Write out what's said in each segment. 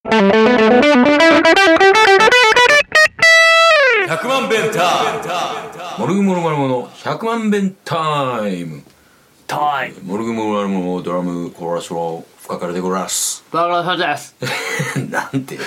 100万弁タイム、モルグモルマルモの100万弁タイム。モルグモルマルモドラムコーラスロー深からでございます。 バカラですなんて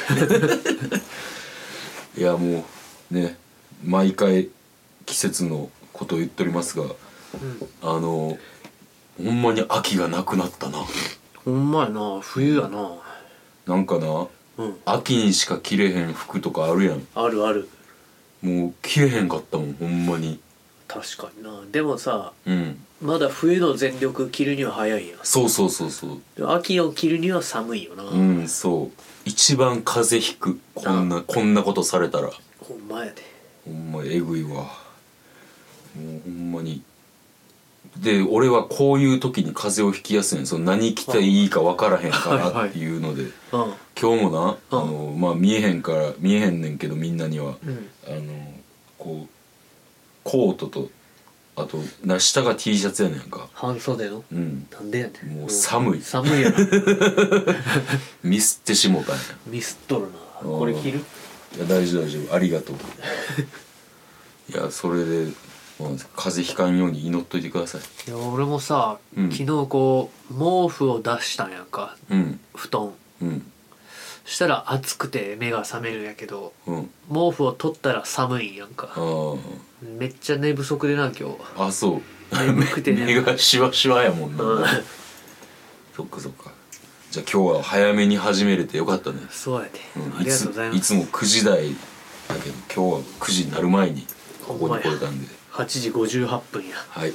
いやもうね、毎回季節のことを言っておりますが、ほんまに秋がなくなったな。 ほんまやな、冬やな。 なんかな、秋にしか着れへん服とかあるやん。 あるある。 もう着れへんかったもん、ほんまに。 確かにな。でもさ、 うんまだ冬の全力着るには早いやん。 そうそうそうそう。 でも秋を着るには寒いよな。 そう。一番風邪ひく。こんなことされたら。 ほんまやで。 ほんまえぐいわ。もうほんまに。で俺はこういう時に風邪をひきやすいねん。その何着ていいか分からへんからっていうので、今日もな、まあ見えへんねんけど、みんなには、こうコートと、あと下が T シャツやねんか。 半袖の、なんでやねん。 もう寒いやなミスってしもたんや。 ミスっとるな。これ着る？ いや大丈夫、ありがとういやそれで風邪ひかんように祈っといてください。 いや俺もさ、昨日こう毛布を出したんやんか、布団、したら暑くて目が覚めるんやけど、毛布を取ったら寒いんやんか。めっちゃ寝不足でな今日。 あ、そう眠くて目がシワシワやもんな、そっかそっか。じゃあ今日は早めに始めれてよかったね。 そうやで、ありがとうございます。 いつも9時台だけど今日は9時になる前にここに来れたんで 8時58分や。 はい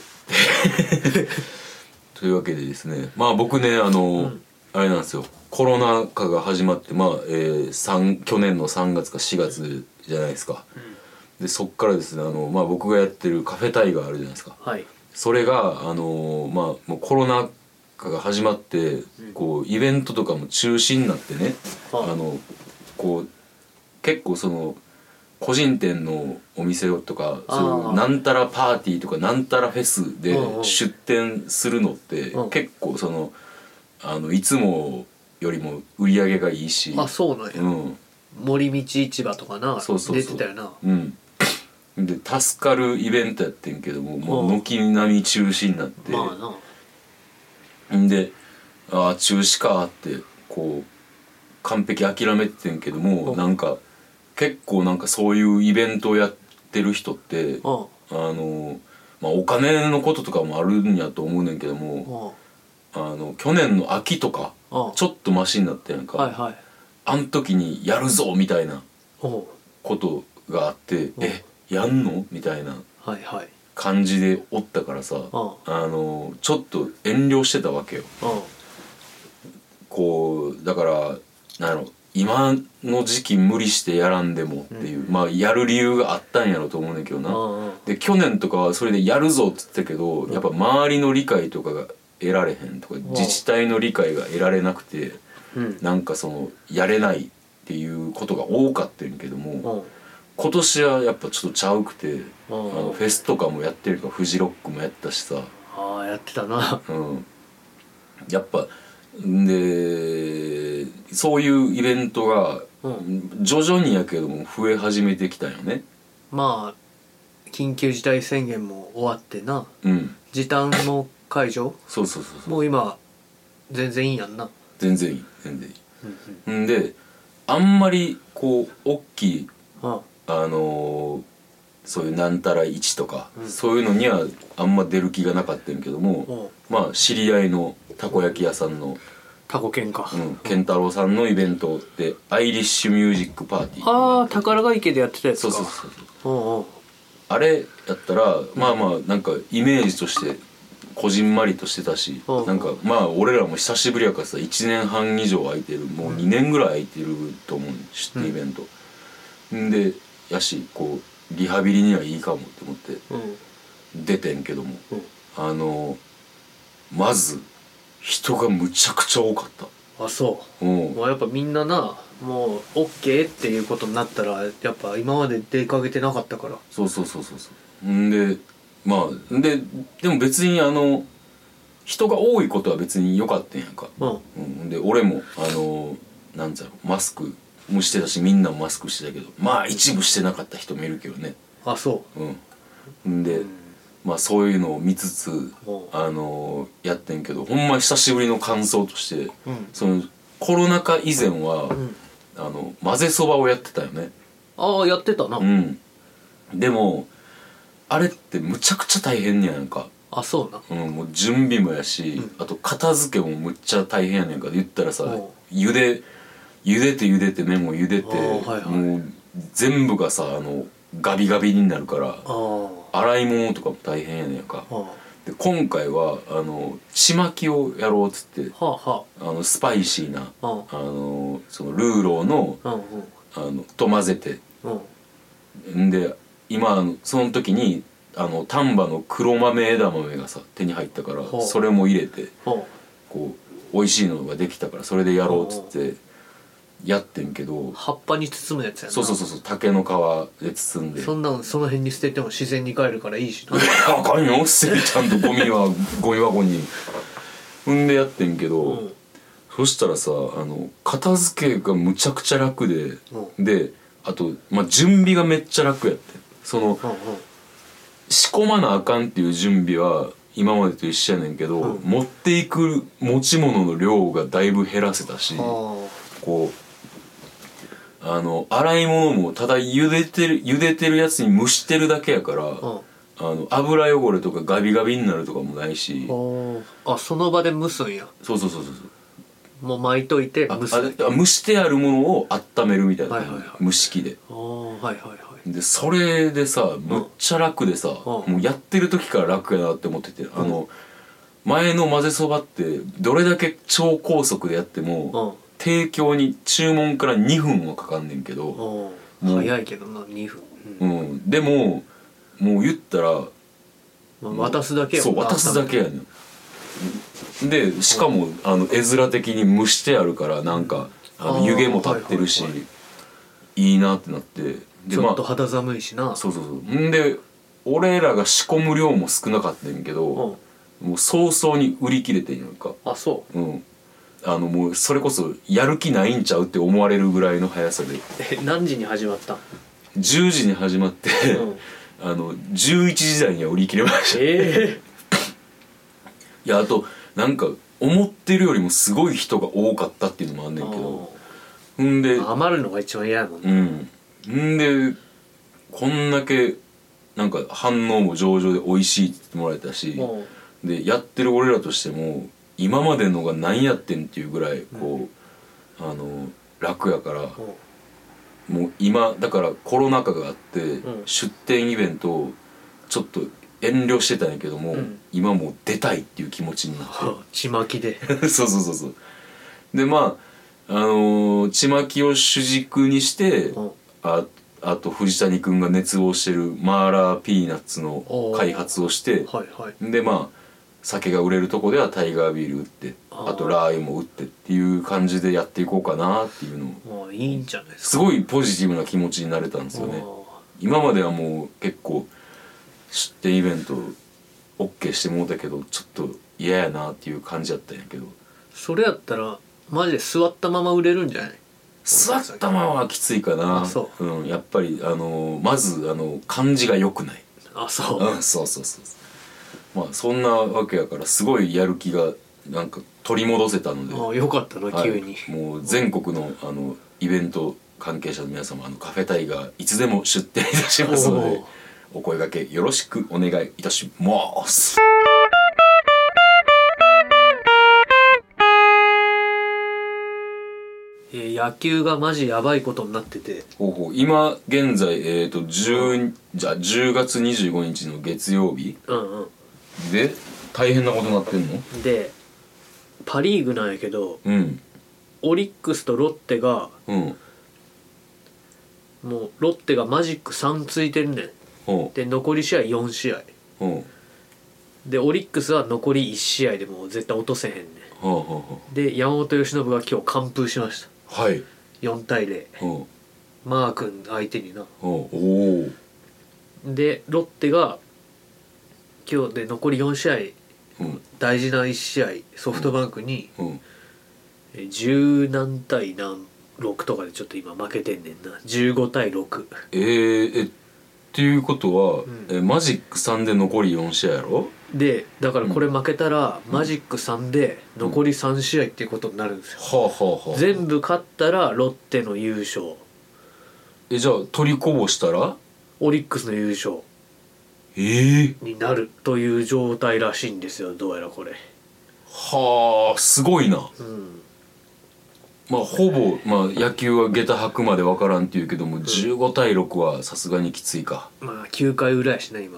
というわけでですね、まあ僕ねあれなんですよ、コロナ禍が始まって、まあ、去年の3月か4月じゃないですか、でそっからですねまあ、僕がやってるカフェタイガーあるじゃないですか、それがまあもうコロナ禍が始まって、こうイベントとかも中止になってね、こう結構その個人店のお店とか、なんたらパーティーとかなんたらフェスで出店するのって結構そのいつもよりも売り上げがいいし。 あ、そうなんや。森道市場とかな、出てたよな。 で助かるイベントやってんけども、もう軒並み中止になって、で中止かってこう完璧諦めてんけども、なんか結構なんかそういうイベントをやってる人ってまあお金のこととかもあるんやと思うねんけども、去年の秋とかちょっとマシになったやんか、あん時にやるぞみたいなことがあって、やんのみたいな感じでおったからさ、ちょっと遠慮してたわけよ。こうだからなんやろ、今の時期無理してやらんでもっていう、まあやる理由があったんやろと思うねんけどな。で去年とかはそれでやるぞって言ってたけど、やっぱ周りの理解とかが得られへんとか、自治体の理解が得られなくて、なんかそのやれないっていうことが多かったんやけども、今年はやっぱちょっとちゃうくて、フェスとかもやってるから、フジロックもやったしさ。 やってたな。 やっぱでそういうイベントが徐々にやけども増え始めてきたよね。 まあ緊急事態宣言も終わってな、時短も解除。そうもう今全然いいやんな。 全然いい。であんまりこう大きいそういうなんたら市とか、そういうのにはあんま出る気がなかったんやけども、まあ知り合いのたこ焼き屋さんのタコケンか、 健太郎さんのイベントでアイリッシュミュージックパーティー、 宝ヶ池でやってたやつか。 そうあれやったらまあなんかイメージとしてこじんまりとしてたし、なんかまあ俺らも久しぶりやからさ、1年半以上空いてる、もう2年ぐらい空いてると思う、出店イベント、でやしこうリハビリにはいいかもって思って出てんけども、まず人がむちゃくちゃ多かった。 そう。やっぱみんなな、もう OK っていうことになったら、やっぱ今まで出かけてなかったから。 んでまあでも別に人が多いことは別に良かったんやんか。で俺もなんつうのマスクもしてたしみんなもマスクしてたけどまあ一部してなかった人もいるけどね。 あそうんで、まあそういうのを見つつやってんけどほんま久しぶりの感想として、そのコロナ禍以前は、混ぜそばをやってたよね。 ああやってたな。 でもあれってむちゃくちゃ大変やんか。 あそうな、もう準備もやし、あと片付けもむっちゃ大変やねんか。言ったらさ茹でて麺を茹でて、もう全部がさガビガビになるから洗い物とかも大変やねんか。で今回はちまきをやろうっつって、スパイシーなそのルーローのと混ぜて、で今その時に丹波の黒豆枝豆がさ手に入ったからそれも入れてこう美味しいのができたからそれでやろうっつってやってんけど、 葉っぱに包むやつやな。 そう竹の皮で包んで、 そんなんその辺に捨てても自然に帰るからいいしな。 あかんよ捨てるちゃんとゴミ箱に踏んでやってんけど、そしたらさ片付けがむちゃくちゃ楽で、であと、準備がめっちゃ楽やって、その、仕込まなあかんっていう準備は今までと一緒やねんけど、持っていく持ち物の量がだいぶ減らせたし、こう洗い物もただ茹でてるやつに蒸してるだけやから、油汚れとかガビガビになるとかもないし。 あその場で蒸すんや。 そうもう巻いといて蒸す。 蒸してあるものを温めるみたいな、蒸し器で。でそれでさむっちゃ楽でさ、もうやってる時から楽やなって思ってて、前の混ぜそばってどれだけ超高速でやっても、提供に注文から2分はかかんねんけど、 早いけどな2分、 でももう言ったら渡すだけそう渡すだけやねん。でしかも絵面的に蒸してあるからなんか湯気も立ってるし、いいなってなって、 ちょっと肌寒いしな。 んで俺らが仕込む量も少なかったんやけど、もう早々に売り切れてんやんか。 あそうもうそれこそやる気ないんちゃうって思われるぐらいの速さで。 何時に始まったん ？10時に始まって、11時台には売り切れました。いやあとなんか思ってるよりもすごい人が多かったっていうのもあんねんけど、んで余るのが一番嫌やもんね。 んでこんだけなんか反応も上々で美味しいって言ってもらえたし、でやってる俺らとしても今までのが何やってんっていうぐらいこう、楽やから、もう今だからコロナ禍があって、出店イベントをちょっと遠慮してたんやけども、今もう出たいっていう気持ちになってちまきでそうでちまきを主軸にして、あと藤谷君が熱望してるマーラーピーナッツの開発をして、で酒が売れるとこではタイガービール売って、あとラー油も売ってっていう感じでやっていこうかなっていうのを、 いいんじゃないですか。 すごいポジティブな気持ちになれたんですよね。今まではもう結構出店イベント OK してもうたけどちょっと嫌やなっていう感じやったんやけど、 それやったらマジで座ったまま売れるんじゃない？ 座ったままはきついかな。やっぱりまず感じが良くない。そうそんなわけやからすごいやる気がなんか取り戻せたので、 よかったな急に、 もう全国のイベント関係者の皆様カフェタイがいつでも出店いたしますのでお声掛けよろしくお願いいたします。 野球がマジやばいことになってて、 今現在10月25日の月曜日、で大変なことになってんのでパ・リーグなんやけど、オリックスとロッテが、もうロッテがマジック3ついてんねん。で残り試合4試合でオリックスは残り1試合でもう絶対落とせへんねん。で山本由伸が今日完封しました。4対0、マー君相手にな。でロッテが今日で残り4試合、大事な1試合ソフトバンクに、 10何対何6とかでちょっと今負けてんねんな。15対6。 っていうことは、マジック3で残り4試合やろ。 でだからこれ負けたら、マジック3で残り3試合っていうことになるんですよ、全部勝ったらロッテの優勝。 じゃあ取りこぼしたらオリックスの優勝になるという状態らしいんですよ、どうやらこれ。 はあ、すごいな。まあほぼ、野球は下駄履くまで分からんっていうけども、15対6はさすがにきついか。 まあ9回裏やしな今。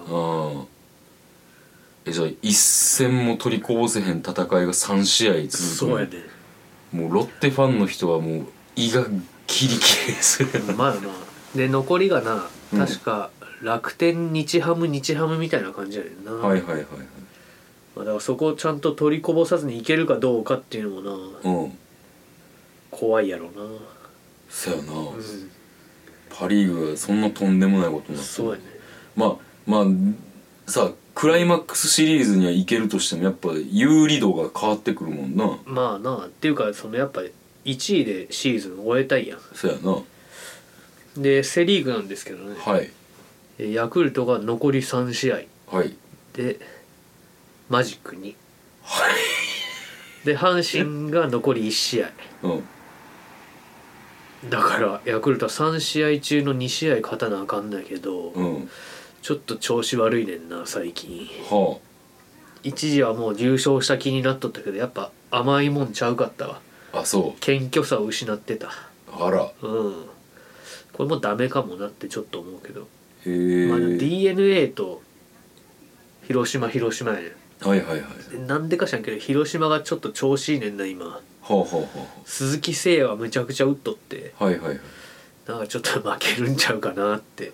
じゃあ一戦も取りこぼせへん戦いが3試合続く。 そうやね。 もうロッテファンの人はもう胃がキリキリする。 まあで残りがな、確か楽天日ハムみたいな感じやねんな。 はいはいはいはい。 だからそこをちゃんと取りこぼさずにいけるかどうかっていうのもな、怖いやろな。 そやな、パ・リーグはそんなとんでもないことになってる。 そうやね。 まあさ、クライマックスシリーズには行けるとしてもやっぱ有利度が変わってくるもんな。 まあなっていうか、そのやっぱ1位でシーズン終えたいやん。 そうやな。 でセ・リーグなんですけどね、ヤクルトが残り3試合、でマジック2、で阪神が残り1試合、だからヤクルトは3試合中の2試合勝たなあかんだけど、ちょっと調子悪いねんな最近。一時はもう優勝した気になっとったけど、やっぱ甘いもんちゃうかったわ。 あ、そう。 謙虚さを失ってた。 あら。 これもダメかもなってちょっと思うけど。 DNA と広島やねん。なんでか知らんけど広島がちょっと調子いいねんな今。鈴木誠也はむちゃくちゃ打っとって、なんかちょっと負けるんちゃうかなって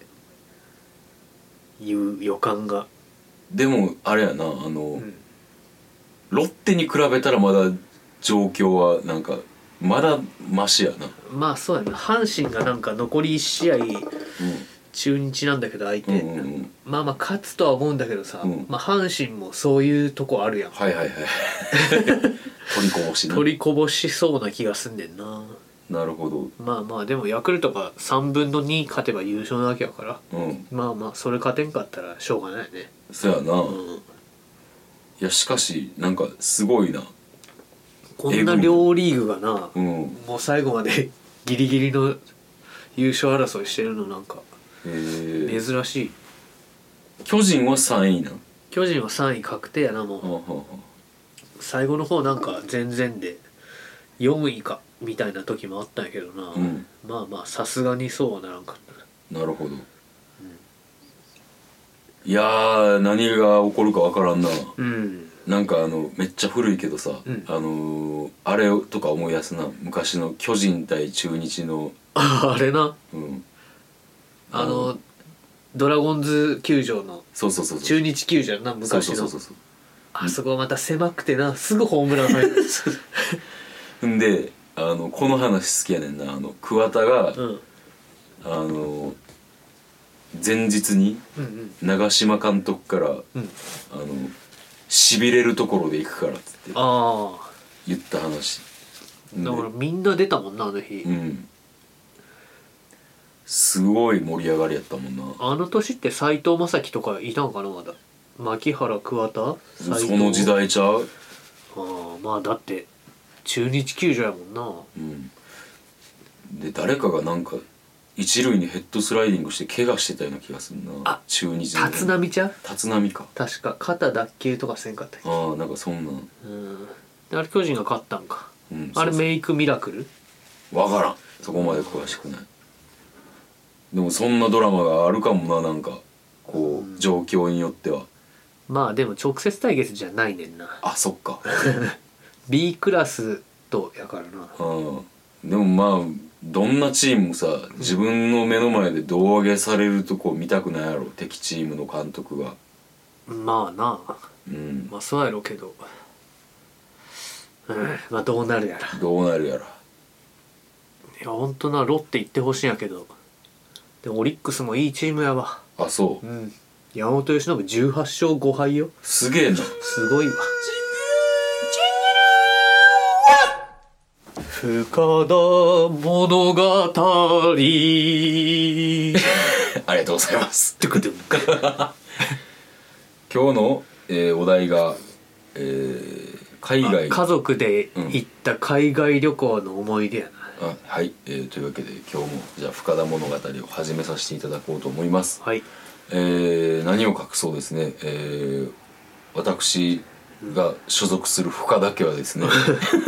いう予感が。 でもあれやな、ロッテに比べたらまだ状況はなんかまだマシやな。 まあそうやな。阪神がなんか残り1試合、中日なんだけど相手、まあ勝つとは思うんだけどさ、阪神もそういうとこあるやん。取りこぼしそうな気がすんねんな。 なるほど。 まあでもヤクルトが3分の2勝てば優勝なわけやから、まあそれ勝てんかったらしょうがないね。 そうやな。いやしかしなんかすごいな、 こんな両リーグがな、もう最後までギリギリの優勝争いしてるのなんか珍しい。 巨人は3位な。 巨人は3位確定やな。もう最後の方なんか全然で4位かみたいな時もあったんやけどな、まあさすがにそうはならんかったな。 なるほど。いやー、何が起こるかわからんな。なんかめっちゃ古いけどさ、あれとか思い出すな。昔の巨人対中日のあれな、ドラゴンズ球場の中日球場な、昔の。あそこまた狭くてな、すぐホームラン入る。 んでこの話好きやねんな。桑田が、前日に長嶋監督から、しびれるところで行くからっつって言った話だからみんな出たもんなあの日。 すごい盛り上がりやったもんな。 あの年って斎藤正樹とかいたんかな。まだ牧原桑田その時代ちゃう。 まあだって中日球場やもんな。 で誰かがなんか一塁にヘッドスライディングして怪我してたような気がするな。中日の立浪ちゃう。 立浪か確か肩脱臼とかせんかったっけ。 なんかそんなん。 あれ巨人が勝ったんか。あれメイクミラクルわからん、そこまで詳しくない。でもそんなドラマがあるかもな。なんかこう状況によっては。 まあでも直接対決じゃないねんな。 あ、そっか。 B クラスとやからな。 でもまあどんなチームもさ、自分の目の前で胴上げされるとこ見たくないやろ、敵チームの監督が。 まあな、まあそうやろうけど、まあどうなるやら。いやほんとな、ロッテ行ってほしいんやけど、でもオリックスもいいチームやわ。 あ、そう。 山本由伸18勝5敗よ。 すげえな。 すごいわ。 深田物語ありがとうございますトゥクトゥク今日の、お題が、海外家族で行った海外旅行の思い出やな、 はい、というわけで今日もじゃあ深田物語を始めさせていただこうと思います。 はい。 何を隠そうですね、私が所属する深田家はですね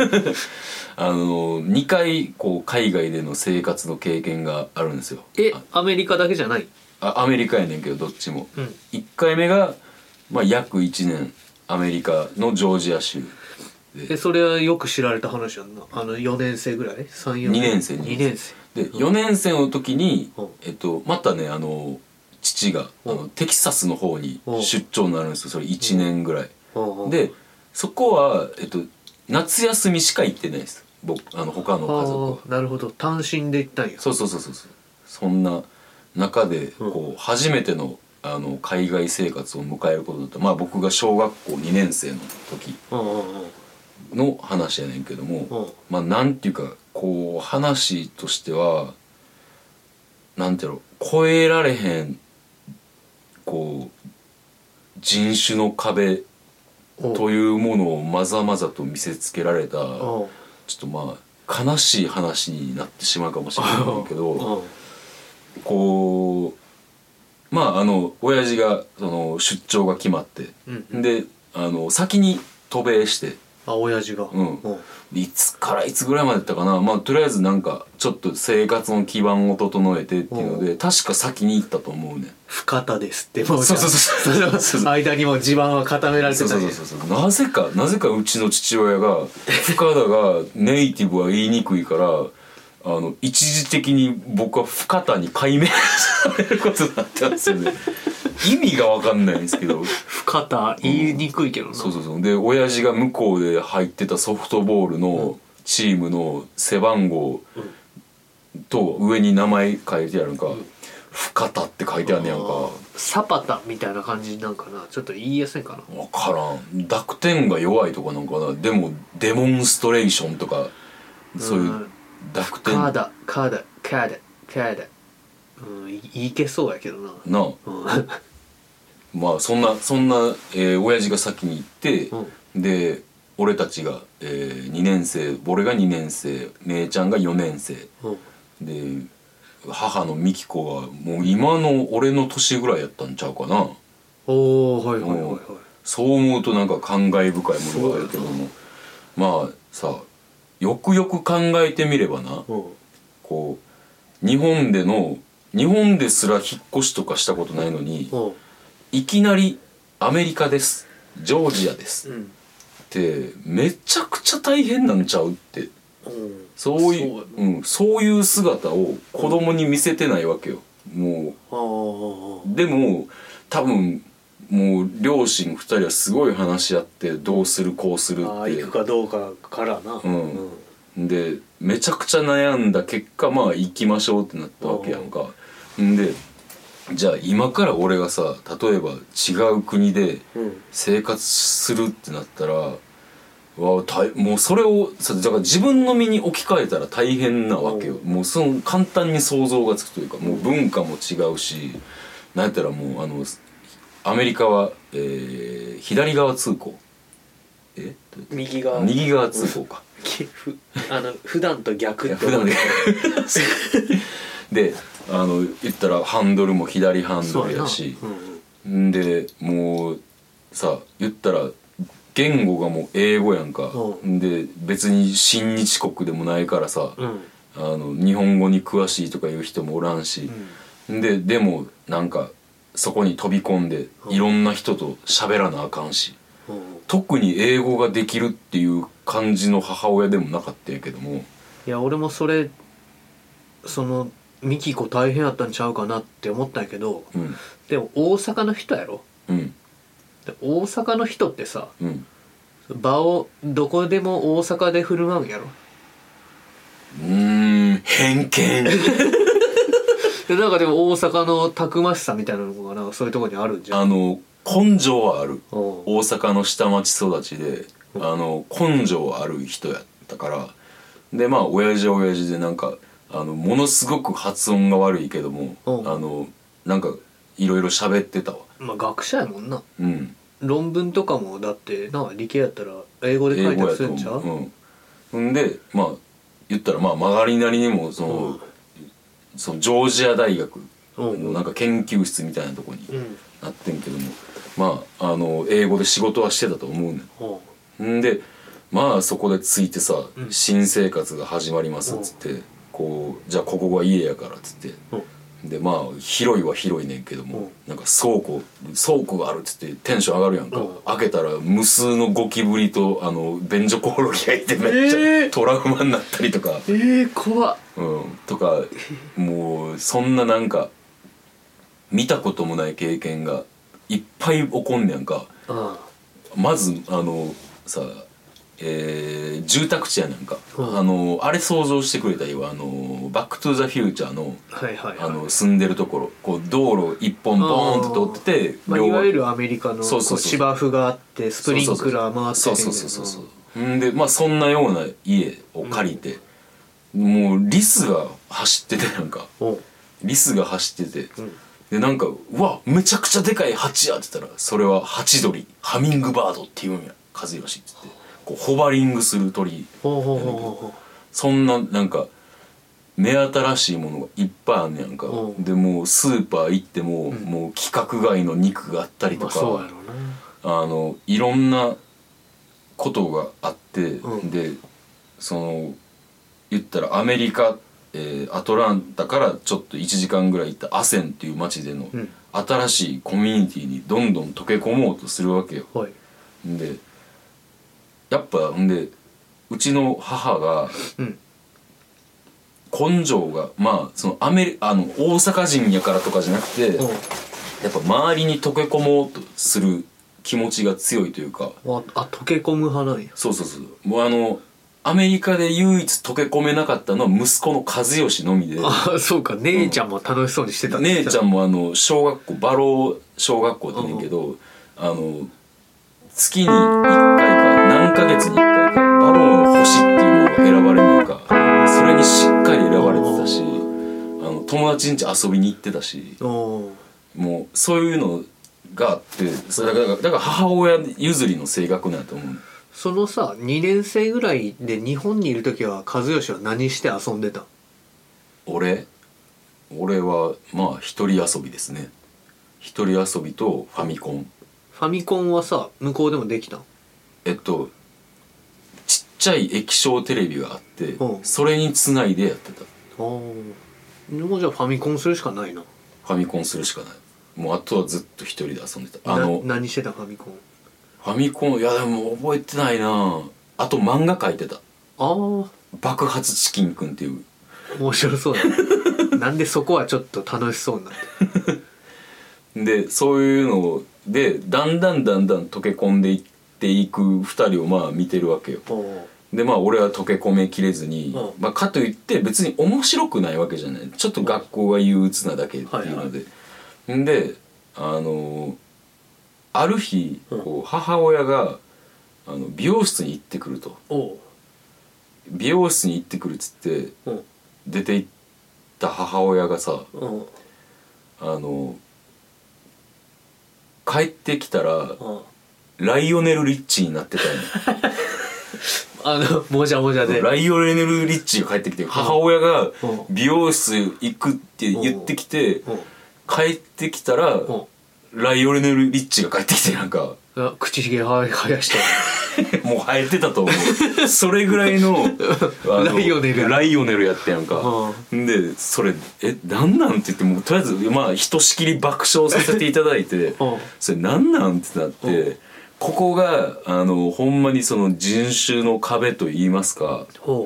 2回こう海外での生活の経験があるんですよ。 アメリカだけじゃない？ アメリカやねんけどどっちも、 うん、 1回目が、約1年アメリカのジョージア州で、それはよく知られた話やんな。4年生ぐらい 2年生 2年生で、4年生の時に、またね父がテキサスの方に出張になるんですよ。それ1年ぐらいで、そこは、夏休みしか行ってないです。僕他の家族は。 なるほど、単身で行ったんや。 そうそんな中でこう、初めての海外生活を迎えることだった。僕が小学校2年生の時の話やねんけども、なんていうかこう話としてはなんていうの、越えられへんこう人種の壁というものをまざまざと見せつけられた、ちょっと悲しい話になってしまうかもしれないけど、こう親父がその出張が決まって、で先に渡米して、 親父が、 いつからいつぐらいまでだったかな、とりあえずなんかちょっと生活の基盤を整えてっていうので、確か先に行ったと思うね。 深田ですってもうそう間にも地盤は固められてたんや。 なぜかうちの父親が深田がネイティブは言いにくいから一時的に僕は深田に改名されることになったんですよね。意味が分かんないんですけど、 深田言いにくいけどな、 そうで、親父が向こうで入ってたソフトボールのチームの背番号と上に名前書いてあるんか、深田って書いてあんねやんか。 サパタみたいな感じなんかな。ちょっと言いやすいかな。 分からん。濁点が弱いとかなんかな。でもデモンストレーションとかそういう濁点。 カダ言いけそうやけどな。 そんな親父が先に行って、で俺たちが、2年生、俺が2年生、姉ちゃんが4年生、で母の美紀子はもう今の俺の年ぐらいやったんちゃうかな。 はい。 そう思うとなんか感慨深いものがあるけども、さ、よくよく考えてみればな、こう日本ですら引っ越しとかしたことないのに、いきなりアメリカです、ジョージアです、ってめちゃくちゃ大変なんちゃうって、そういう姿を子供に見せてないわけよ。もうでも多分もう両親2人はすごい話し合ってどうするこうするって、 行くかどうかからな、 でめちゃくちゃ悩んだ結果行きましょうってなったわけやんか。でじゃあ今から俺がさ、例えば違う国で生活するってなったら、もうそれをさ、だから自分の身に置き換えたら大変なわけよ。もう簡単に想像がつくというか、もう文化も違うし、なんやったらもうアメリカは、左側通行、 右側通行か普段と逆って普段で言ったらハンドルも左ハンドルやし、でもうさ、言ったら言語がもう英語やんか、で別に親日国でもないからさ、日本語に詳しいとかいう人もおらんし、でもなんかそこに飛び込んでいろんな人と喋らなあかんし、特に英語ができるっていう感じの母親でもなかったんやけども。 いや俺もミキ子大変やったんちゃうかなって思ったんやけど、でも大阪の人やろ、で大阪の人ってさ、場をどこでも大阪で振る舞うんやろ。 偏見でなんかでも大阪のたくましさみたいなのがなんかそういうところにあるんじゃん。 根性はある。大阪の下町育ちで根性はある人やったから、 でまあ親父は親父でなんかものすごく発音が悪いけどもなんかいろいろ喋ってたわ。 まあ学者やもんな。 うん。 論文とかもだってな理系やったら英語で書いたりするんちゃう？ うん。んでまあ言ったらまあ曲がりなりにもそのジョージア大学のなんか研究室みたいなとこになってんけども、まあ英語で仕事はしてたと思うねん。んでまあそこでついてさ、新生活が始まりますっつってこうじゃあここが家やからっつってでまあ広いは広いねんけどもなんか倉庫があるっつってテンション上がるやんか。開けたら無数のゴキブリと便所コオロギがいてめっちゃトラウマになったりとか怖っ。 とかもうそんななんか見たこともない経験がいっぱい起こんねやんか。まずさ住宅地やなんか、あれ想像してくれたらいいわ。バックトゥーザフューチャーの、住んでるところこう道路一本ボーンって通ってて、 いわゆるアメリカの芝生があってスプリンクラー回っててそうでまあそんなような家を借りて、もうリスが走っててなんかリスが走ってて、でなんかうわめちゃくちゃでかいハチやって言ったらそれはハチドリハミングバードっていうんや和義って言って。こうホバリングする鳥。そんななんか目新しいものがいっぱいあんねやんか。でもうスーパー行っても、もう規格外の肉があったりとか、いろんなことがあって、でその言ったらアメリカ、アトランタからちょっと1時間ぐらい行ったアセンっていう街での新しいコミュニティにどんどん溶け込もうとするわけよ。でやっぱんでうちの母が、根性がまあその大阪人やからとかじゃなくて、やっぱ周りに溶け込もうとする気持ちが強いというか。 溶け込む派なんや。 そうもうアメリカで唯一溶け込めなかったのは息子の和義のみで。 そうか姉ちゃんも楽しそうにしてたん姉ちゃんも小学校バロー小学校って言うねんけど、月に1回か何ヶ月に1回かバローの星っていうのが選ばれるのか、それにしっかり選ばれてたし、友達ん家遊びに行ってたし、もうそういうのがあってだから母親譲りの性格なんやと思う。 そのさ2年生ぐらいで日本にいる時は和義は何して遊んでた？ 俺はまあ一人遊びですね。一人遊びとファミコン。 ファミコンはさ向こうでもできたん？ ちっちゃい液晶テレビがあって、それにつないでやってた。 でもじゃあファミコンするしかないな。 ファミコンするしかない。もうあとはずっと一人で遊んでた。 何してたファミコン？ ファミコンいやでも覚えてないな。あと漫画描いてた。爆発チキンくんっていう。 面白そうだなんでそこはちょっと楽しそうになってでそういうのでだんだん溶け込んでいっていく2人をまあ見てるわけよ。でまあ俺は溶け込めきれずに、まあ、かといって別に面白くないわけじゃない。ちょっと学校が憂鬱なだけっていうので、である日こう母親が美容室に行ってくると。美容室に行ってくるっつって出て行った母親がさ、帰ってきたらライオネル・リッチになってたよもじゃもじゃでライオネル・リッチが帰ってきて、母親が美容室行くって言ってきて帰ってきたらライオネル・リッチが帰ってきてなんか口ひげ生やしてもう生えてたと思うそれぐらいのライオネルやってやんか。でそれなんなんって言ってもとりあえずまあひとしきり爆笑させていただいてそれなんなんってなってここがほんまにその人種の壁といいますか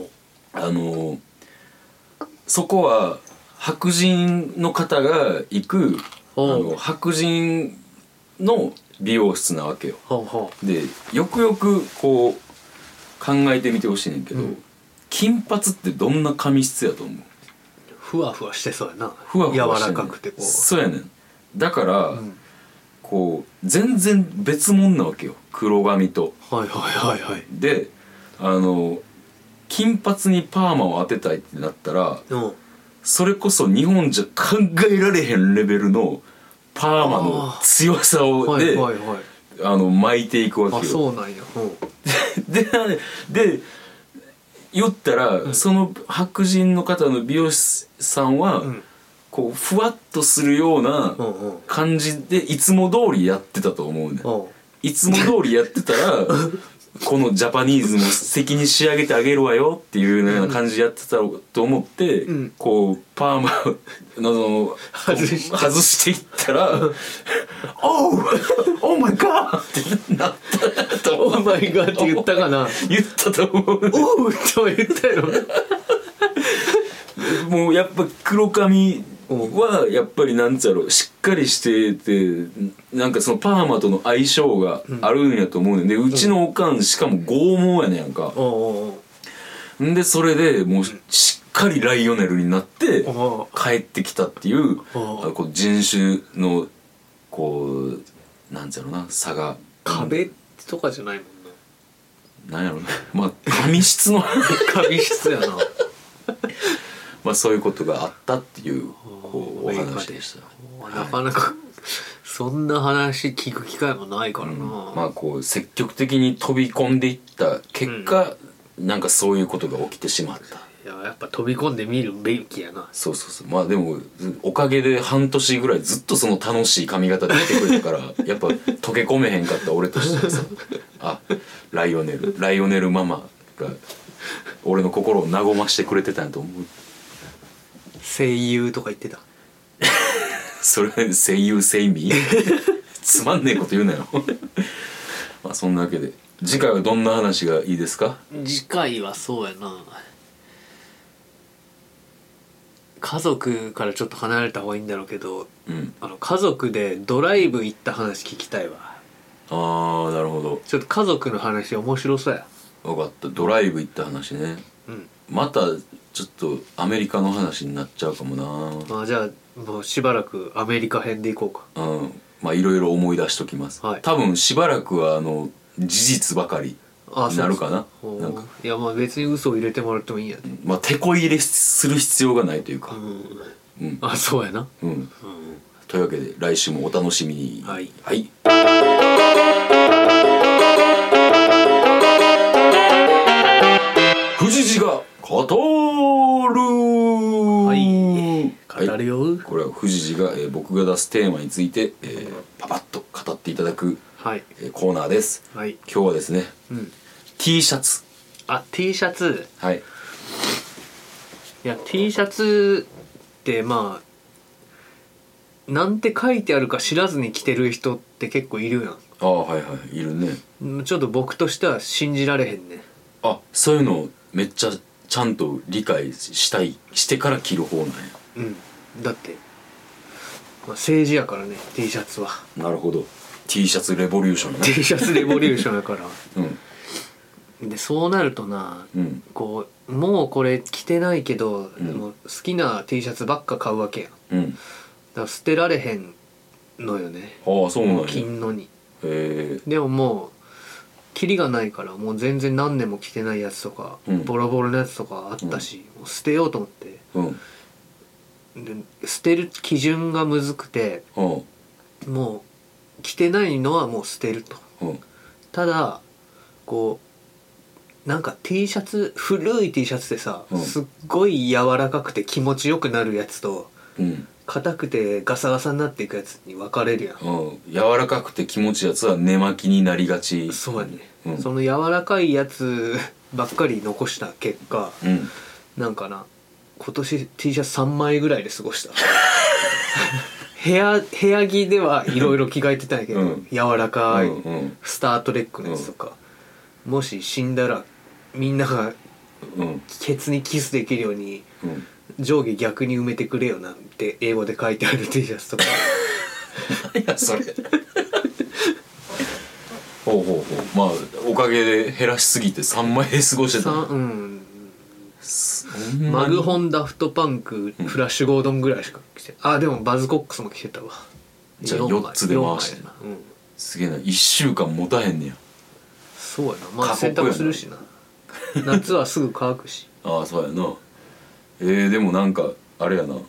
そこは白人の方が行く白人の美容室なわけよ。でよくよくこう考えてみてほしいねんけど、金髪ってどんな髪質やと思う？ ふわふわしてそうやな。 ふわふわしてんねん。 柔らかくてこう。 そうやねん。だから、こう全然別物なわけよ黒髪と。 はいはいはいはい。 で金髪にパーマを当てたいってなったら、 うんそれこそ日本じゃ考えられへんレベルのパーマの強さをで、 はいはいはい、 巻いていくわけよ。 あそうなんや、 で言ったら、うん、その白人の方の美容師さんは、うん、こうふわっとするような感じでいつも通りやってたと思うね、うん、いつも通りやってたらこのジャパニーズも素敵に仕上げてあげるわよっていうような感じでやってたと思って、うん、こうパーマの外していったら「オーマイガー!」ってなったと思う。 オーマイガーって言ったかな。 言ったと思う。 オーとは言ったやろ。 もうやっぱ黒髪はやっぱりなんつうやろ、しっかりしててなんかそのパーマとの相性があるんやと思うねんで、うちのおかんしかも剛毛やねんやんか。んでそれでもうしっかりライオネルになって帰ってきたっていうこう人種のこうなんつうやろな差が。 壁とかじゃないもんな。なんやろな、まあ髪質の髪質やな。 まあそういうことがあったっていうこうお話でした。 なかなかそんな話聞く機会もないからな、 まあこう積極的に飛び込んでいった結果、なんかそういうことが起きてしまった。 いややっぱ飛び込んでみるべきやな。 そうそうそう。まあでもおかげで半年ぐらいずっとその楽しい髪型でいてくれたからやっぱ溶け込めへんかった俺としてはさあライオネルママが俺の心を和ましてくれてたんやと思う。 声優とか言ってた。 それ声優セイミつまんねえこと言うなよまあそんなわけで次回はどんな話がいいですか？ 次回はそうやな、家族からちょっと離れた方がいいんだろうけど、うん、家族でドライブ行った話聞きたいわ。 あーなるほど。 ちょっと家族の話面白そうや。 分かった。ドライブ行った話ね、うん、またちょっとアメリカの話になっちゃうかもな。 じゃあもうしばらくアメリカ編でいこうか。 うん、まあいろいろ思い出しときます、はい、多分しばらくは事実ばかりになるかな。なんかいやまあ別に嘘を入れてもらってもいいんやで、 まあ手こ入れする必要がないというか、 うん、あそうやな、うん、 というわけで来週もお楽しみに。はい、はい、藤次が語る。語るよ、はい、これは藤次が、僕が出すテーマについて、パパッと語っていただく、はいコーナーです、はい、今日はですね、うん、T シャツ。 T シャツ。 はい。いや T シャツってまあなんて書いてあるか知らずに着てる人って結構いるやん。 はいはいいるね。 ちょっと僕としては信じられへんね。 そういうのめっちゃちゃんと理解してから着る方なんや。 うん。だって、政治やからね T シャツは。 なるほど。 T シャツレボリューションね。 T シャツレボリューションやからうんでそうなるとな、うん、こうもうこれ着てないけど、うん、もう好きな T シャツばっか買うわけやん、うん、だから捨てられへんのよね。 そうなんや。 着んのに。でももうキリがないからもう全然何年も着てないやつとか、うん、ボロボロのやつとかあったし、もう捨てようと思って、で捨てる基準がむずくて、もう着てないのはもう捨てると、ただこうなんか T シャツ古い T シャツってさ、すっごい柔らかくて気持ちよくなるやつと、硬くてガサガサになっていくやつに分かれるやん。 柔らかくて気持ちいいやつは寝巻きになりがち。 そうやね、その柔らかいやつばっかり残した結果、なんかな今年 T シャツ3枚ぐらいで過ごした部屋着ではいろいろ着替えてたんやけど、柔らかいスタートレックのやつとか、もし死んだらみんながケツにキスできるように、上下逆に埋めてくれよなって英語で書いてある T シャツとかいやそれほうまあおかげで減らしすぎて3枚で過ごしてた。 マルホンダフトパンク、フラッシュゴードンぐらいしか着て、でもバズコックスも着てたわ。 じゃあ4つで回して、すげえな。1週間持たへんねや。 そうやな。まあ洗濯するしな夏はすぐ乾くし。 ああそうやな。でもなんかあれやな、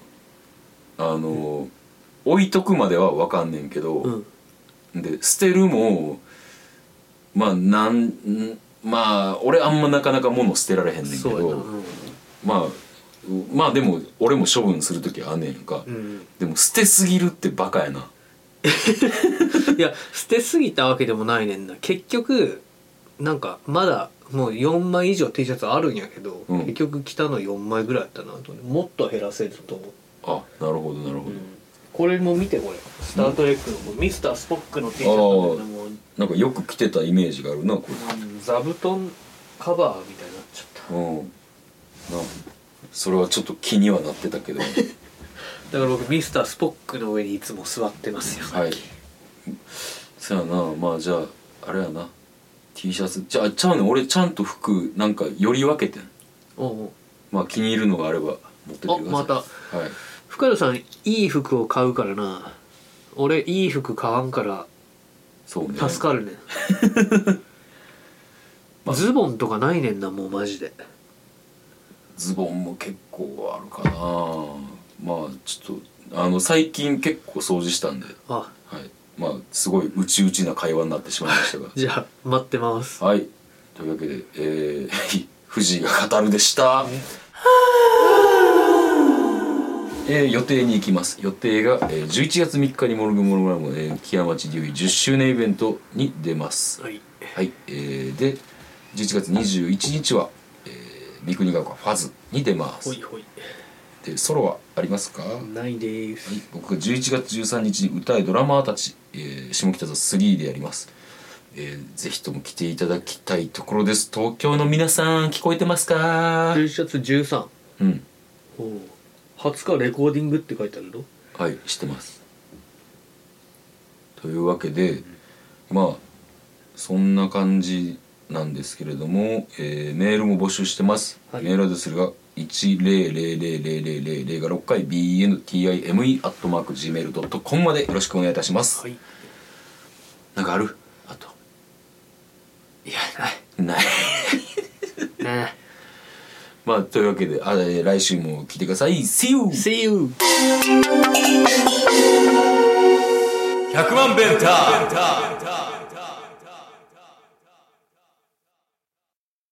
置いとくまでは分かんねんけど、で捨てるもまあまあ俺あんまなかなか物捨てられへんねんけど、まあでも俺も処分する時はあんねんやんか、でも捨てすぎるってバカやな。 いや捨てすぎたわけでもないねんな。結局なんかまだもう4枚以上 T シャツあるんやけど、結局着たの4枚ぐらいやったなと。もっと減らせると思う。 あ、なるほどなるほど、 これも見て、これスタートレックのミスタースポックの T シャツなんだけども、 なんかよく着てたイメージがあるなこれ、 座布団カバーみたいになっちゃった。 それはちょっと気にはなってたけどだから僕ミスタースポックの上にいつも座ってますよ。 はい、そやな。まあじゃああれやな、 T シャツじゃあちゃうねん、俺ちゃんと服なんかより分けてん。まあ気に入るのがあれば持ってってください。 また、深田さんいい服を買うからな。俺いい服買わんからそうね助かるねん。ズボンとかないねんな、もうマジで。 ズボンも結構あるかな。まあちょっと最近結構掃除したんで、はい、まあすごい内々な会話になってしまいましたがじゃあ待ってます。 はい、というわけで、藤井が語るでした。予定に行きます。予定が、11月3日にモルグモルグラム、木屋町デュイ10周年イベントに出ます。はい、で11月21日は、三国ヶ丘ファズに出ます。ほいほい。でソロはありますか？ ないです。 僕が11月13日に歌えドラマーたち、下北沢3でやります。ぜひとも来ていただきたいところです。東京の皆さん聞こえてますか ？11月13。20日レコーディングって書いてあるの？ はい、知ってます。というわけで、まあそんな感じなんですけれども、メールも募集してます。メールアドレスが1000000が6回 bntime@gmail.com までよろしくお願いいたします。なんかある？あといやないね。まあというわけで来週も聞いてください。 See you! 100万ベンター